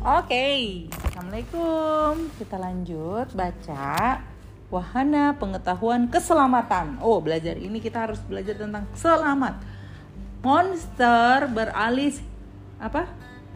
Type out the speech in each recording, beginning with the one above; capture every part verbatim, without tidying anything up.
Oke, Assalamualaikum. Kita lanjut baca Wahana Pengetahuan Keselamatan. Oh, belajar ini kita harus belajar tentang selamat. Monster beralis apa?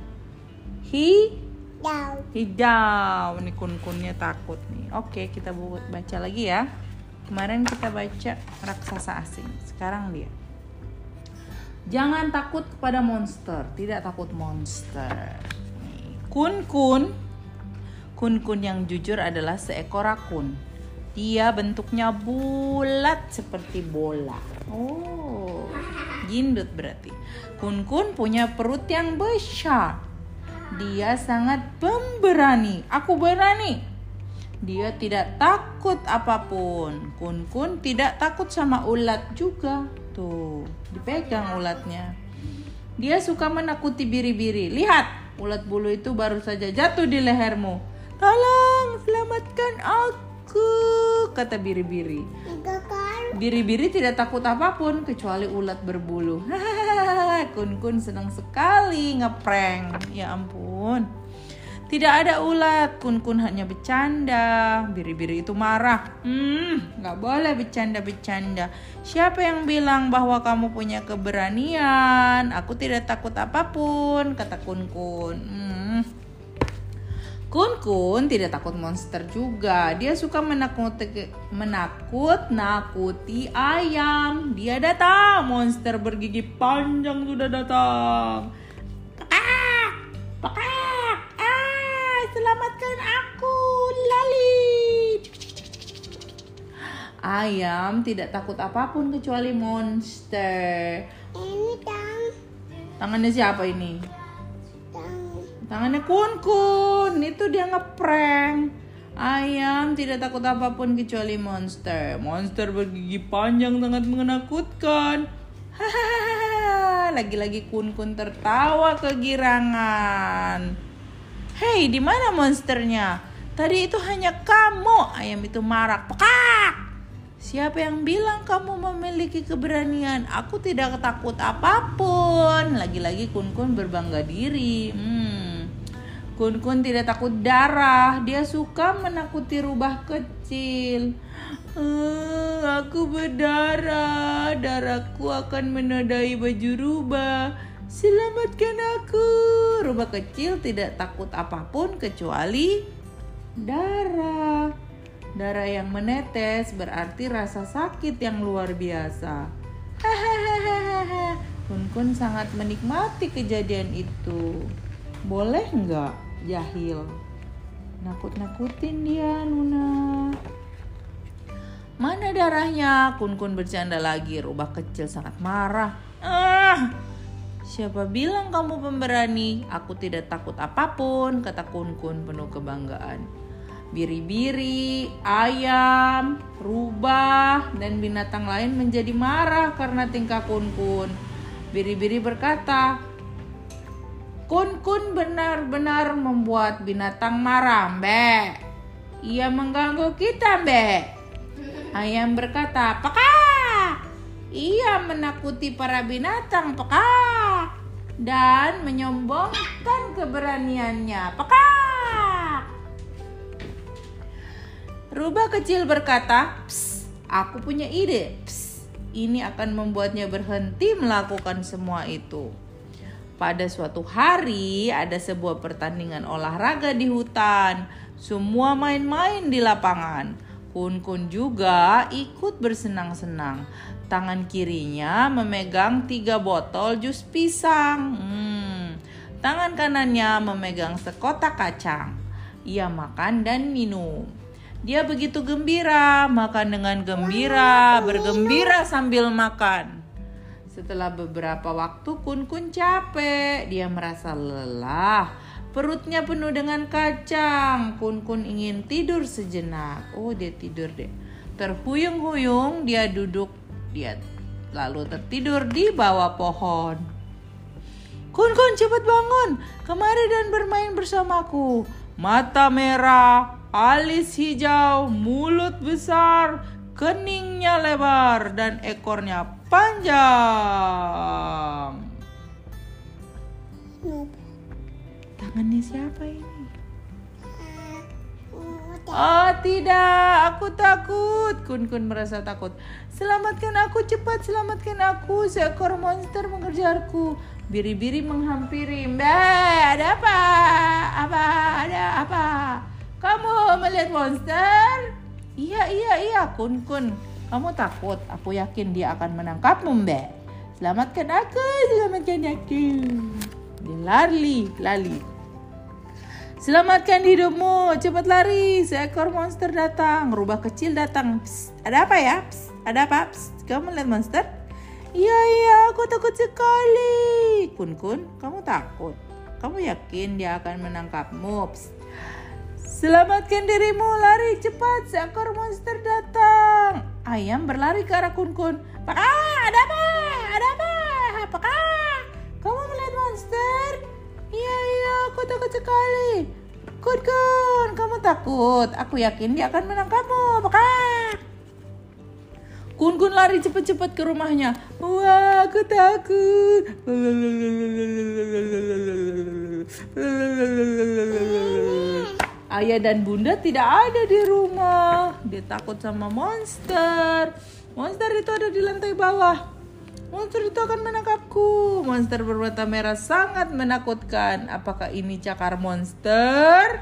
Hijau. Hijau. Ini kun-kunnya takut nih. Oke, kita buat baca lagi ya. Kemarin kita baca raksasa asing. Sekarang dia. Jangan takut kepada monster. Tidak takut monster. Kun-kun. Kun-kun yang jujur adalah seekor rakun. Dia bentuknya bulat seperti bola. Oh, gendut berarti. Kun-kun punya perut yang besar. Dia sangat pemberani. Aku berani. Dia tidak takut apapun. Kun-kun tidak takut sama ulat juga. Tuh, dipegang ulatnya. Dia suka menakuti biri-biri. Lihat, ulat bulu itu baru saja jatuh di lehermu. Tolong, selamatkan aku, kata biri-biri. Biri-biri tidak takut apapun kecuali ulat berbulu. Kun-kun senang sekali ngeprank. Ya ampun. Tidak ada ulat, kun-kun hanya bercanda. Biri-biri itu marah. Hmm, gak boleh bercanda-bercanda. Siapa yang bilang bahwa kamu punya keberanian? Aku tidak takut apapun, kata kun-kun. Hmm. Kun-kun tidak takut monster juga. Dia suka menakut-nakuti menakut-nakuti ayam. Dia datang, monster bergigi panjang sudah datang. Pakak, pakak. Selamatkan aku, Lali. Ayam tidak takut apapun kecuali monster. Ini tang. Tangannya siapa ini? Tang. Tangannya kun-kun. Itu dia ngeprank. Ayam tidak takut apapun kecuali monster. Monster bergigi panjang sangat menakutkan. Hahaha. Lagi-lagi kun-kun tertawa kegirangan. Hei, di mana monsternya? Tadi itu hanya kamu. Ayam itu marah. Pakak! Siapa yang bilang kamu memiliki keberanian? Aku tidak takut apapun. Lagi-lagi kun-kun berbangga diri. Hmm. Kun-kun tidak takut darah. Dia suka menakuti rubah kecil. Uh, aku berdarah. Darahku akan menodai baju rubah. Selamatkan aku. Rubah kecil tidak takut apapun kecuali darah. Darah yang menetes berarti rasa sakit yang luar biasa. Hahaha. Kun-kun sangat menikmati kejadian itu. Boleh nggak, jahil? Nakut-nakutin dia, Nuna. Mana darahnya? Kun-kun bercanda lagi. Rubah kecil sangat marah. Ah! Siapa bilang kamu pemberani? Aku tidak takut apapun, kata kun-kun penuh kebanggaan. Biri-biri, ayam, rubah, dan binatang lain menjadi marah karena tingkah kun-kun. Biri-biri berkata, kun-kun benar-benar membuat binatang marah, Mbak. Ia mengganggu kita, Mbak. Ayam berkata, Pakak. Ia menakuti para binatang, Pakak, dan menyombongkan keberaniannya, Pakak. Rubah kecil berkata, Psst, aku punya ide. Psst, ini akan membuatnya berhenti melakukan semua itu. Pada suatu hari ada sebuah pertandingan olahraga di hutan. Semua main-main di lapangan. Kun-kun juga ikut bersenang-senang. Tangan kirinya memegang tiga botol jus pisang. Hmm. Tangan kanannya memegang sekotak kacang. Ia makan dan minum. Dia begitu gembira, makan dengan gembira, bergembira sambil makan. Setelah beberapa waktu kun-kun capek. Dia merasa lelah. Perutnya penuh dengan kacang. Kun-kun ingin tidur sejenak. Oh, dia tidur deh. Terhuyung-huyung dia duduk. Dia lalu tertidur di bawah pohon. Kun-kun, cepat bangun. Kemari dan bermain bersamaku. Mata merah, alis hijau, mulut besar, keningnya lebar, dan ekornya panjang. Tangannya siapa ini? Udah. Oh tidak, aku takut. Kun-kun merasa takut. Selamatkan aku, cepat selamatkan aku. Seekor monster mengejarku. Biri-biri menghampiri. Mbak, ada apa? Apa? Ada apa? Kamu melihat monster? Iya, iya, iya, Kun-kun. Kamu takut? Aku yakin dia akan menangkapmu, Mbak. Selamatkan aku, selamatkan aku. Dia lari, lari. Selamatkan hidupmu, cepat lari. Seekor monster datang, rubah kecil datang. Psst, ada apa ya? Psst, ada apa? Psst, kamu lihat monster? Iya, iya, aku takut sekali. Kun-kun, kamu takut? Kamu yakin dia akan menangkapmu? Psst. Selamatkan dirimu, lari cepat. Seekor monster datang. Ayam berlari ke arah Kun-kun. Paka, ada apa? Ada apa? Paka, kamu melihat monster? Iya, iya, aku takut sekali. Kun-kun, kamu takut? Aku yakin dia akan menangkapmu. Apakah? Kun-kun lari cepat-cepat ke rumahnya. Wah, aku takut. Ayah dan bunda tidak ada di rumah. Dia takut sama monster. Monster itu ada di lantai bawah. Monster itu akan menangkapku. Monster bermata merah sangat menakutkan. Apakah ini cakar monster?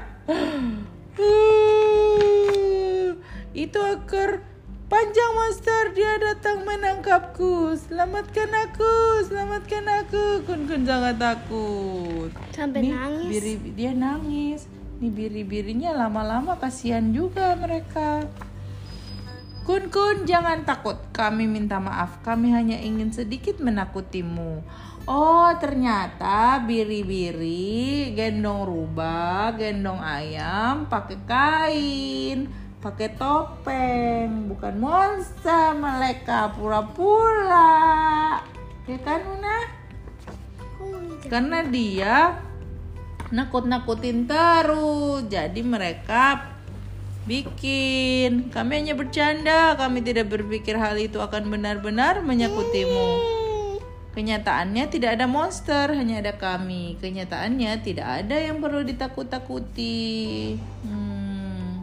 Itu ekor panjang monster. Dia datang menangkapku. Selamatkan aku, selamatkan aku. Kun-kun jangan takut. Sampai Nih, nangis. Biri, dia nangis. Nih biri-birinya lama-lama kasihan juga mereka. Kun-kun, jangan takut. Kami minta maaf. Kami hanya ingin sedikit menakutimu. Oh, ternyata biri-biri gendong rubah, gendong ayam, pakai kain, pakai topeng, bukan monster mereka, pura-pura. Ya kan, Nuna? Karena dia nakut-nakutin terus. Jadi mereka bikin. Kami hanya bercanda. Kami tidak berpikir hal itu akan benar-benar menyakutimu. Kenyataannya tidak ada monster, hanya ada kami. Kenyataannya tidak ada yang perlu ditakut-takuti. Hmm.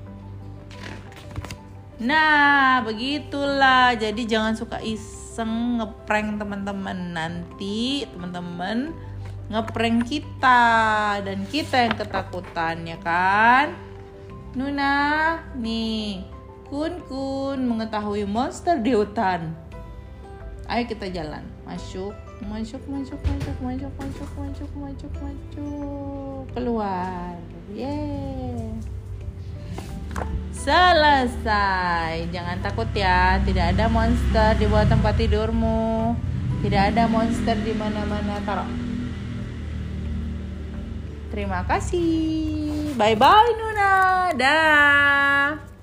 Nah, begitulah. Jadi jangan suka iseng ngeprank teman-teman. Nanti teman-teman ngeprank kita dan kita yang ketakutan, ya kan? Nuna, nih, Kun-kun mengetahui monster di hutan. Ayo kita jalan. Masuk, masuk, masuk, masuk, masuk, masuk, masuk, masuk, masuk. Keluar. Yeay. Selesai. Jangan takut ya. Tidak ada monster di bawah tempat tidurmu. Tidak ada monster di mana-mana. Taruh. Terima kasih. Bye-bye, Nuna. Dah.